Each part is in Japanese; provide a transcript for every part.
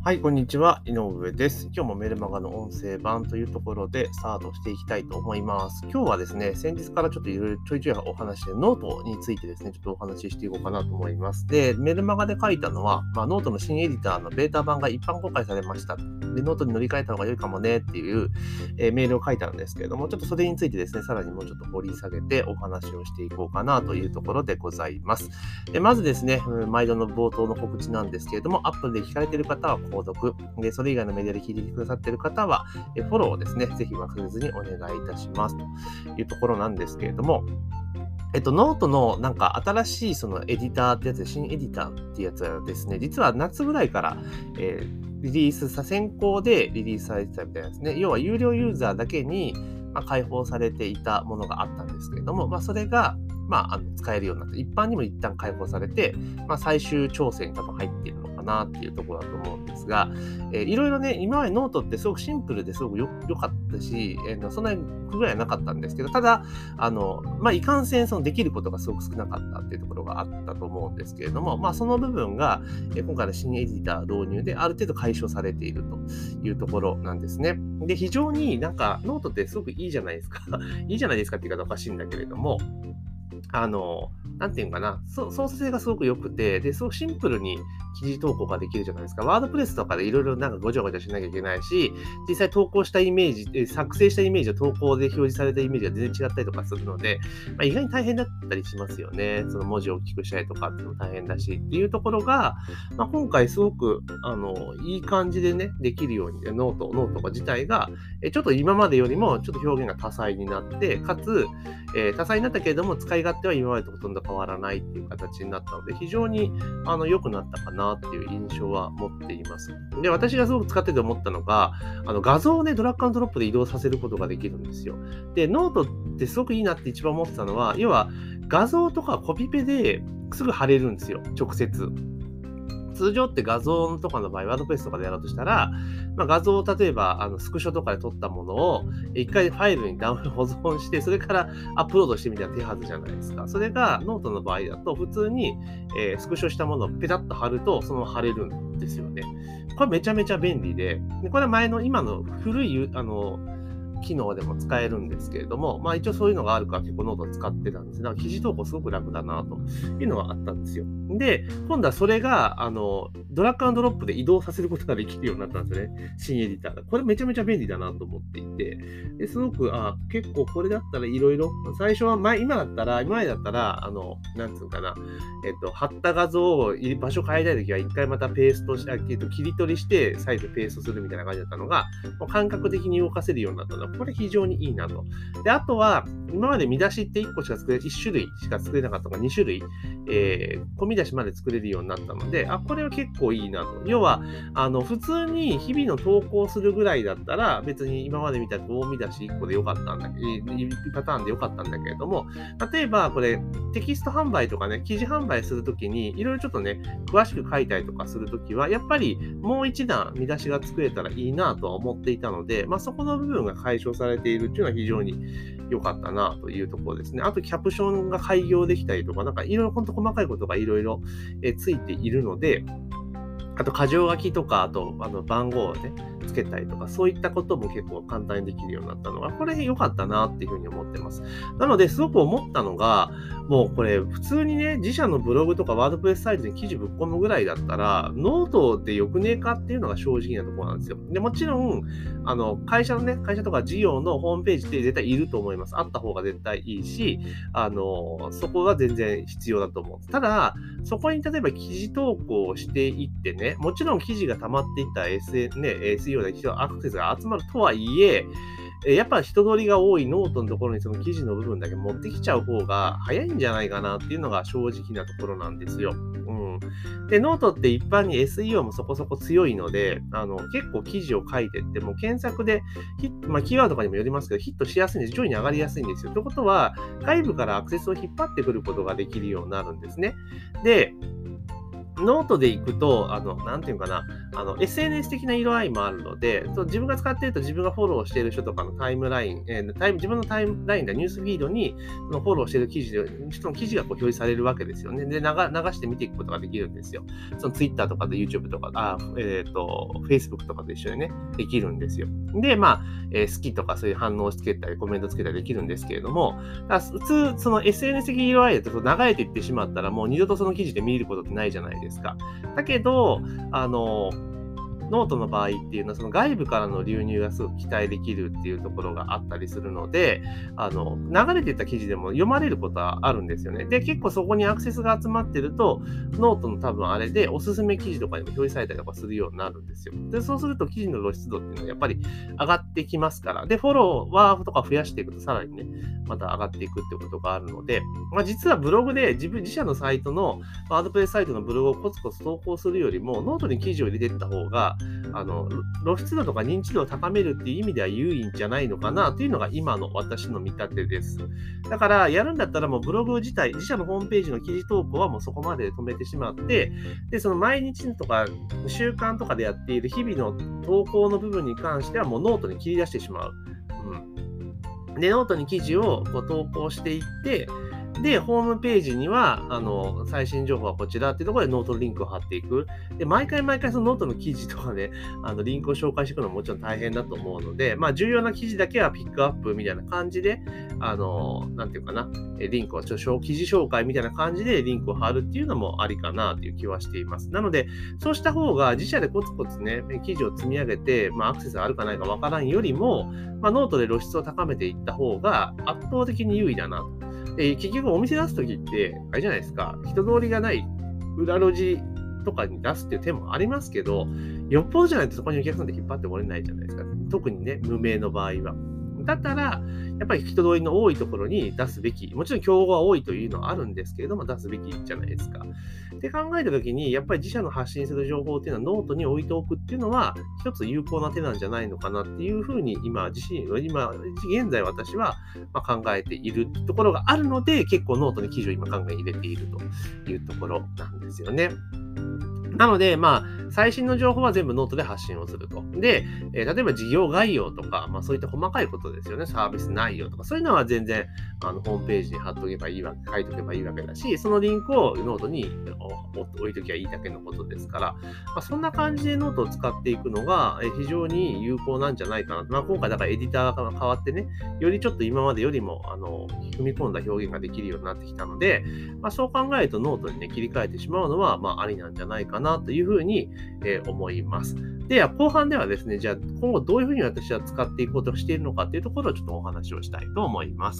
はい、こんにちは。井上です。今日もメルマガの音声版というところでスタートしていきたいと思います。今日はですね、先日からちょっといろいろちょいちょいお話でノートについてですね、ちょっとお話ししていこうかなと思います。で、メルマガで書いたのは、ノートの新エディターのベータ版が一般公開されました。で、ノートに乗り換えた方が良いかもねっていう、メールを書いたんですけれども、ちょっとそれについてですね、さらにもうちょっと掘り下げてお話をしていこうかなというところでございます。で、まずですね、毎度の冒頭の告知なんですけれども、Apple で聞かれている方は購読、でそれ以外のメディアで聞いてくださっている方は、フォローをですね、ぜひ忘れずにお願いいたしますというところなんですけれども、ノートのなんか新しいそのエディターってやつで、新エディターってやつはですね、実は夏ぐらいから、リリース先行でリリースされてたみたいですね。要は有料ユーザーだけに、開放されていたものがあったんですけれども、それが、使えるようになって、一般にも一旦開放されて、最終調整に多分入っているのかなっていうところだと思うんですが、いろいろね、今までノートってすごくシンプルですごく良かったし、そんなに不具合はなかったんですけど、ただ、いかんせんそのできることがすごく少なかったっていうところがあったと思うんですけれども、その部分が、今回の新エディター導入である程度解消されているというところなんですね。で、非常になんかノートってすごくいいじゃないですか。いいじゃないですかって言い方おかしいんだけれども、なんていうのかな、操作性がすごく良くて、で、すごくシンプルに記事投稿ができるじゃないですか。ワードプレスとかでいろいろなんかごちゃごちゃしなきゃいけないし、実際投稿したイメージ、作成したイメージと投稿で表示されたイメージが全然違ったりとかするので、意外に大変だったりしますよね。その文字を大きくしたりとかっていうのも大変だしっていうところが、今回すごく、いい感じでね、できるように、ノート自体が、ちょっと今までよりもちょっと表現が多彩になって、かつ、多彩になったけれども、使い勝手は今までとほとんど変わらないっていう形になったので、非常に良くなったかなっていう印象は持っています。で、私がすごく使ってて思ったのが、画像をね、ドラッグアンドドロップで移動させることができるんですよ。で、ノートってすごくいいなって一番思ってたのは、要は画像とかコピペですぐ貼れるんですよ、直接。通常って画像とかの場合、ワードプレスとかでやろうとしたら、画像を例えばスクショとかで撮ったものを一回ファイルに保存して、それからアップロードしてみたら手はずじゃないですか。それがノートの場合だと普通に、スクショしたものをペタッと貼るとそのまま貼れるんですよね。これめちゃめちゃ便利で、これは今の古い機能でも使えるんですけれども、一応そういうのがあるから結構ノート使ってたんです。だから記事投稿すごく楽だなというのはあったんですよ。で、今度はそれが、ドラッグアンドドロップで移動させることができるようになったんですよね。新エディターが。これめちゃめちゃ便利だなと思っていて、ですごく、結構これだったらいろいろ、最初は今までだったら、なんつうかな、貼った画像を場所変えたいときは一回またペーストして、切り取りして再度ペーストするみたいな感じだったのが、もう感覚的に動かせるようになったのは、これ非常にいいなと。で、あとは、今まで見出しって1個しか1種類しか作れなかったのが2種類、込み出しまで作れるようになったので、これは結構いいなと。要は、普通に日々の投稿するぐらいだったら、別に今まで見た大見出し1個でよかったんだけど、パターンでよかったんだけれども、例えばこれ、テキスト販売とかね、記事販売するときに、いろいろちょっとね、詳しく書いたりとかするときは、やっぱりもう一段見出しが作れたらいいなとは思っていたので、そこの部分が解消されているっていうのは非常に良かったなというところですね。あと、キャプションが開業できたりとか、なんかいろいろ本当細かいことがいろいろついているので、あと、箇条書きとか、あと、番号をね、つけたりとか、そういったことも結構簡単にできるようになったのが、これ良かったなっていうふうに思ってます。なので、すごく思ったのが、もうこれ、普通にね、自社のブログとかワードプレスサイトに記事ぶっ込むぐらいだったら、ノートでよくねえかっていうのが正直なところなんですよ。で、もちろん、会社とか事業のホームページって絶対いると思います。あった方が絶対いいし、そこは全然必要だと思う。ただ、そこに例えば記事投稿をしていってね、もちろん記事が溜まっていったら SEO でアクセスが集まるとはいえ、やっぱ人通りが多いノートのところにその記事の部分だけ持ってきちゃう方が早いんじゃないかなっていうのが正直なところなんですよ。で、ノートって一般に SEO もそこそこ強いので、結構記事を書いてっても検索でキーワードとかにもよりますけど、ヒットしやすいんです。上位に上がりやすいんですよ。ということは、外部からアクセスを引っ張ってくることができるようになるんですね。で、 ノートで行くと、なんていうかな、SNS 的な色合いもあるので、自分が使っていると自分がフォローしている人とかのタイムライン、自分のタイムラインでニュースフィードに、そのフォローしている人の記事がこう表示されるわけですよね。で、流して見ていくことができるんですよ。その Twitter とかで YouTube とか、Facebook とかと一緒にね、できるんですよ。で、好きとかそういう反応をつけたり、コメントつけたりできるんですけれども、普通、その SNS 的色合いだと流れていってしまったら、もう二度とその記事で見ることってないじゃないですか。だけど、ノートの場合っていうのは、その外部からの流入がすごく期待できるっていうところがあったりするので、流れていった記事でも読まれることはあるんですよね。で、結構そこにアクセスが集まってると、ノートの多分あれでおすすめ記事とかにも表示されたりとかするようになるんですよ。で、そうすると記事の露出度っていうのはやっぱり上がってきますから。で、フォロワーとか増やしていくとさらにね、また上がっていくってことがあるので、実はブログで自社のサイトの、ワードプレスサイトのブログをコツコツ投稿するよりも、ノートに記事を入れていった方が、露出度とか認知度を高めるっていう意味では優位じゃないのかなというのが今の私の見立てです。だから、やるんだったらもうブログ自体、自社のホームページの記事投稿はもうそこまで止めてしまって、で、その毎日とか習慣とかでやっている日々の投稿の部分に関してはもうノートに切り出してしまう。で、ノートに記事をこう投稿していって、で、ホームページには、最新情報はこちらっていうところでノートのリンクを貼っていく。で、毎回そのノートの記事とかね、リンクを紹介していくのももちろん大変だと思うので、重要な記事だけはピックアップみたいな感じで、なんていうかな、リンクを記事紹介みたいな感じでリンクを貼るっていうのもありかなという気はしています。なので、そうした方が自社でコツコツね、記事を積み上げて、アクセスがあるかないかわからんよりも、ノートで露出を高めていった方が圧倒的に優位だなと。結局お店出すときって、あれじゃないですか、人通りがない裏路地とかに出すっていう手もありますけど、よっぽどじゃないとそこにお客さんで引っ張ってこれないじゃないですか。特にね、無名の場合は。だったら、やっぱり人通りの多いところに出すべき。もちろん競合が多いというのはあるんですけれども、出すべきじゃないですか。って考えたときに、やっぱり自社の発信する情報っていうのはノートに置いておくっていうのは、一つ有効な手なんじゃないのかなっていうふうに、今、現在私は考えているところがあるので、結構ノートに記事を今考え入れているというところなんですよね。なので、最新の情報は全部ノートで発信をすると。で、例えば事業概要とか、そういった細かいことですよね。サービス内容とか、そういうのは全然、ホームページに貼っとけばいいわけ、書いとけばいいわけだし、そのリンクをノートに置いときゃいいだけのことですから、そんな感じでノートを使っていくのが非常に有効なんじゃないかなと。今回だからエディターが変わってね、よりちょっと今までよりも、踏み込んだ表現ができるようになってきたので、そう考えるとノートにね、切り替えてしまうのは、ありなんじゃないかなというふうに、思います。では、後半ではですね、じゃあ今後どういうふうに私は使っていこうとしているのかというところをちょっとお話をしたいと思います。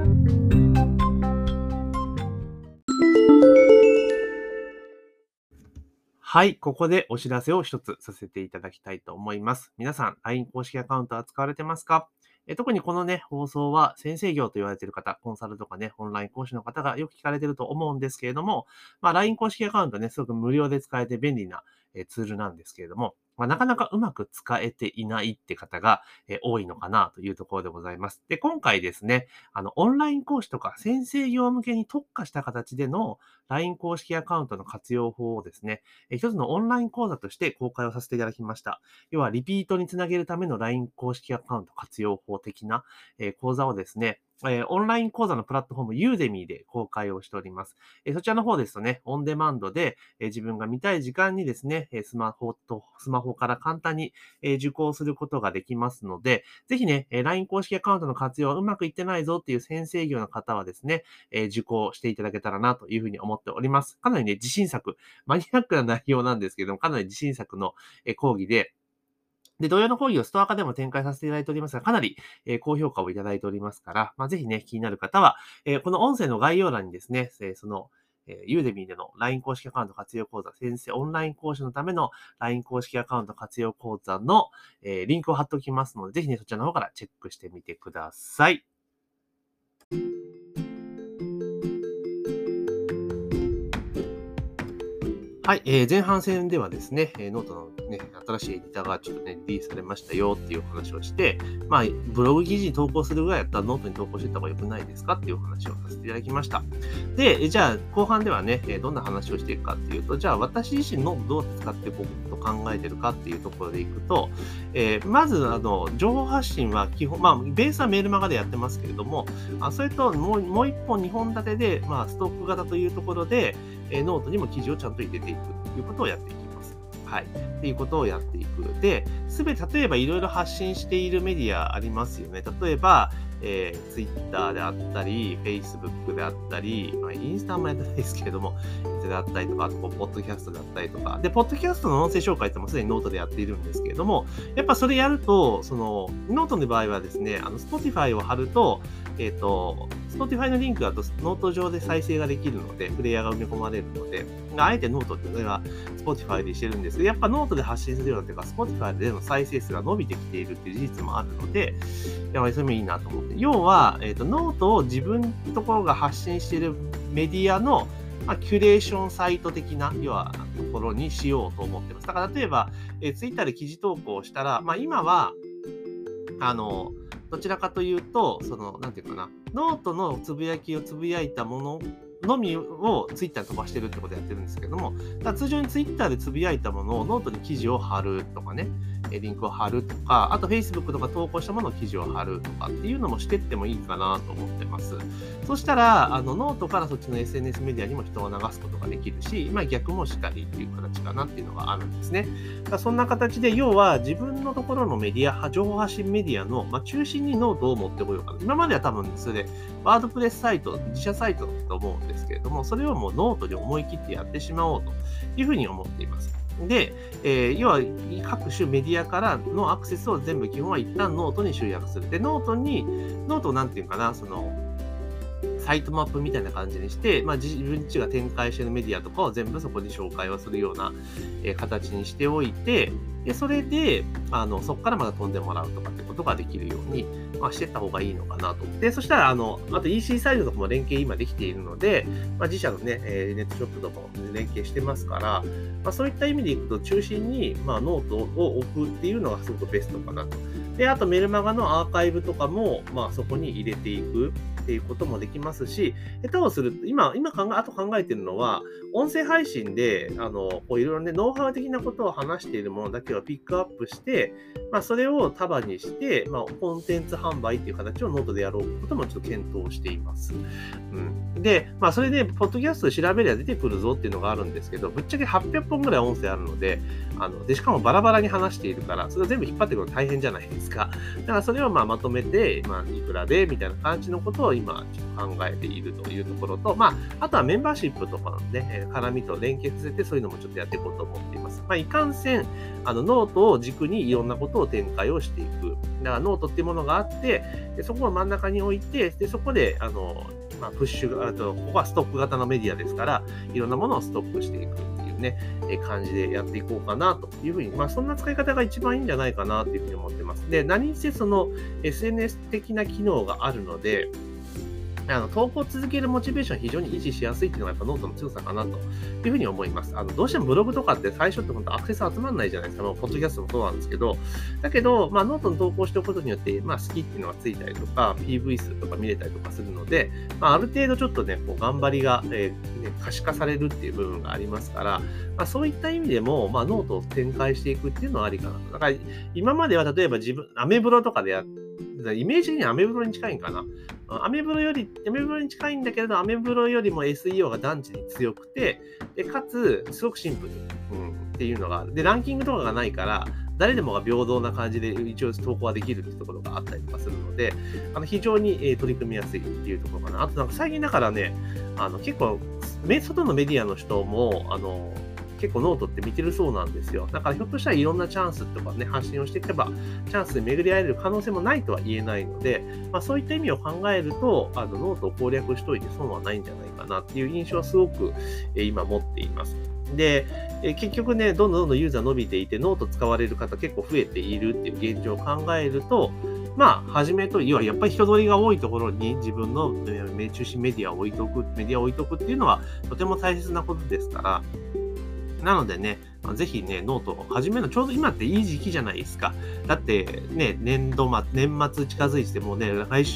はい、ここでお知らせを一つさせていただきたいと思います。皆さん、LINE 公式アカウントは使われてますか？特にこのね、放送は先生業と言われている方、コンサルとかね、オンライン講師の方がよく聞かれていると思うんですけれども、LINE 公式アカウントね、すごく無料で使えて便利なツールなんですけれども、なかなかうまく使えていないって方が多いのかなというところでございます。で、今回ですね、オンライン講師とか先生業向けに特化した形での LINE 公式アカウントの活用法をですね、一つのオンライン講座として公開をさせていただきました。要はリピートにつなげるための LINE 公式アカウント活用法的な講座をですね、オンライン講座のプラットフォーム Udemy で公開をしております。そちらの方ですとね、オンデマンドで自分が見たい時間にですね、スマホから簡単に受講することができますので、ぜひね、LINE 公式アカウントの活用はうまくいってないぞっていう先生業の方はですね、受講していただけたらなというふうに思っております。かなりね、自信作、マニアックな内容なんですけども、かなり自信作の講義で、同様の講義をストア化でも展開させていただいておりますが、かなり高評価をいただいておりますから、ぜひね、気になる方は、この音声の概要欄にですね、その、ユーデミーでの LINE 公式アカウント活用講座、先生オンライン講師のための LINE 公式アカウント活用講座の、リンクを貼っておきますので、ぜひね、そちらの方からチェックしてみてください。はい、前半戦ではですね、ノートのね、新しいエディターがちょっとね、リリースされましたよっていうお話をして、まあ、ブログ記事に投稿するぐらいだったらノートに投稿していった方が良くないですかっていうお話をさせていただきました。で、じゃあ、後半ではね、どんな話をしていくかっていうと、じゃあ、私自身ノートどう使っていこうと考えてるかっていうところでいくと、まず、情報発信は基本、ベースはメールマガでやってますけれども、それともう一本2本立てで、ストック型というところで、ノートにも記事をちゃんと入れていくということをやっていきます。はい。っていうことをやっていく。で、例えばいろいろ発信しているメディアありますよね。例えば、Twitter であったり、Facebook であったり、インスタもやってないですけれども、であったりとか、あと、ポッドキャストであったりとか。で、ポッドキャストの音声紹介ってもすでにノートでやっているんですけれども、やっぱそれやると、ノートの場合はですね、Spotify を貼ると、Spotify のリンクだとノート上で再生ができるので、プレイヤーが埋め込まれるので、あえてノートっていうのは Spotify でしてるんですけど、やっぱノートで発信するようなというか、Spotify での再生数が伸びてきているっていう事実もあるので、やはりそれもいいなと思って。要は、ノートを自分のところが発信しているメディアの、キュレーションサイト的な、要は、ところにしようと思ってます。だから例えば、Twitter で記事投稿をしたら、今は、どちらかというと、なんていうかな、ノートのつぶやきをつぶやいたもののみをツイッターに飛ばしてるってことをやってるんですけども、通常にツイッターでつぶやいたものをノートに記事を貼るとかね、リンクを貼るとか、あと Facebook とか投稿したものを記事を貼るとかっていうのもしてってもいいかなと思ってます。そしたら、ノートからそっちの SNS メディアにも人を流すことができるし、逆もしっかりっていう形かなっていうのがあるんですね。そんな形で、要は自分のところのメディア、情報発信メディアの、中心にノートを持ってこようかな。今までは多分それで、ワードプレスサイト、自社サイトだと思うんですけれども、それをもうノートに思い切ってやってしまおうというふうに思っています。で、要は各種メディアからのアクセスを全部基本は一旦ノートに集約する。で、ノートをなんていうかな、サイトマップみたいな感じにして、自分ちが展開しているメディアとかを全部そこに紹介をするような、形にしておいて、で、それで、そこからまた飛んでもらうとかってことができるように、していった方がいいのかなと思って、そしたら、あと EC サイトとかも連携今できているので、自社のね、ネットショップとかも連携してますから、そういった意味でいくと中心に、ノートを置くっていうのがすごくベストかなと。で、あとメルマガのアーカイブとかも、そこに入れていくっていうこともできますし、下手をすると、あと考えているのは、音声配信で、いろいろね、ノウハウ的なことを話しているものだけをピックアップして、それを束にして、コンテンツ販売っていう形をノートでやろうこともちょっと検討しています。で、それで、ポッドキャストで調べれば出てくるぞっていうのがあるんですけど、ぶっちゃけ800本ぐらい音声あるので、しかもバラバラに話しているから、それを全部引っ張ってくるの大変じゃないですか。だからそれをまとめて、いくらで、みたいな感じのことを今、ちょっと考えているというところと、あとはメンバーシップとかのね、絡みと連結させて、そういうのもちょっとやっていこうと思っています。いかんせん、ノートを軸にいろんなことを展開をしていく。だからノートっていうものがあって、でそこを真ん中に置いて、でそこで、プッシュ、ここはストック型のメディアですから、いろんなものをストックしていくっていうね、感じでやっていこうかなというふうに、そんな使い方が一番いいんじゃないかなというふうに思ってます。で、何せSNS 的な機能があるので、投稿を続けるモチベーションを非常に維持しやすいっていうのがやっぱノートの強さかなというふうに思います。どうしてもブログとかって最初って本当アクセス集まらないじゃないですか。ポッドキャストもそうなんですけど、だけど、ノートに投稿しておくことによって、好きっていうのがついたりとか、PV 数とか見れたりとかするので、ある程度ちょっとね、頑張りが、可視化されるっていう部分がありますから、そういった意味でも、ノートを展開していくっていうのはありかなと。だから、今までは例えばアメブロとかでイメージ的にはアメブロに近いんかな。アメブロに近いんだけれど、アメブロよりも SEO が団地に強くて、でかつ、すごくシンプル、っていうのがある。で、ランキングとかがないから、誰でもが平等な感じで一応投稿はできるっていうところがあったりとかするので、非常に取り組みやすいっていうところかな。あと最近だからね、結構、外のメディアの人も、結構ノートって見てるそうなんですよ。だからひょっとしたらいろんなチャンスとかね、発信をしていけば、チャンスで巡り合える可能性もないとは言えないので、そういった意味を考えると、ノートを攻略しといて損はないんじゃないかなっていう印象はすごく今持っています。で、結局ね、どんどんユーザー伸びていて、ノート使われる方結構増えているっていう現状を考えると、初めと、要はやっぱり人通りが多いところに自分の中心メディアを置いとくっていうのはとても大切なことですから、なのでね、 ぜひね、ノートを始めるのちょうど今っていい時期じゃないですか。だってね、年末近づいてもうね、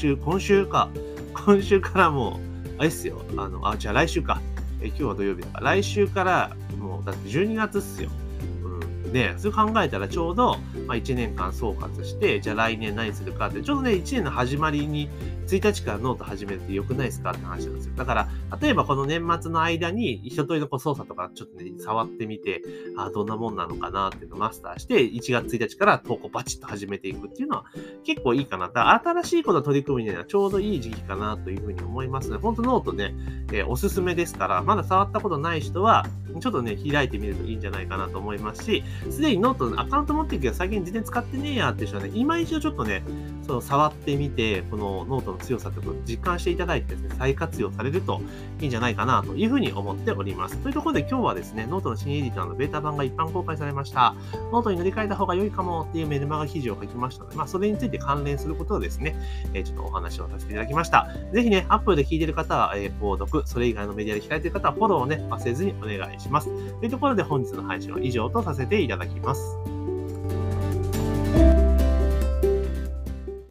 今週からもう、あれっすよ。じゃあ来週か。今日は土曜日だから、来週からもうだって12月っすよ。ね、そう考えたらちょうど、1年間総括して、じゃあ来年何するかって、ちょうどね、1年の始まりに、1日からノート始めるって良くないですかって話なんですよ。だから、例えばこの年末の間に、一通りの操作とかちょっとね、触ってみて、どんなもんなのかなっていうのをマスターして、1月1日から投稿バチッと始めていくっていうのは結構いいかな。だから新しいことを取り組むにはちょうどいい時期かなというふうに思いますね。本当ノートね、おすすめですから、まだ触ったことない人は、ちょっとね、開いてみるといいんじゃないかなと思いますし、すでにノートのアカウント持ってるけど最近全然使ってねえやっていう人はね、今一度ちょっとね、触ってみて、このノートの強さってことを実感していただいてですね、再活用されるといいんじゃないかなというふうに思っております。というところで今日はですね、ノートの新エディターのベータ版が一般公開されました。ノートに乗り換えた方が良いかもっていうメルマガ記事を書きましたので、それについて関連することをですね、ちょっとお話をさせていただきました。ぜひね、Apple で聞いている方は、購読、それ以外のメディアで開いている方はフォローをね、忘れずにお願いします。というところで本日の配信は以上とさせていただきます。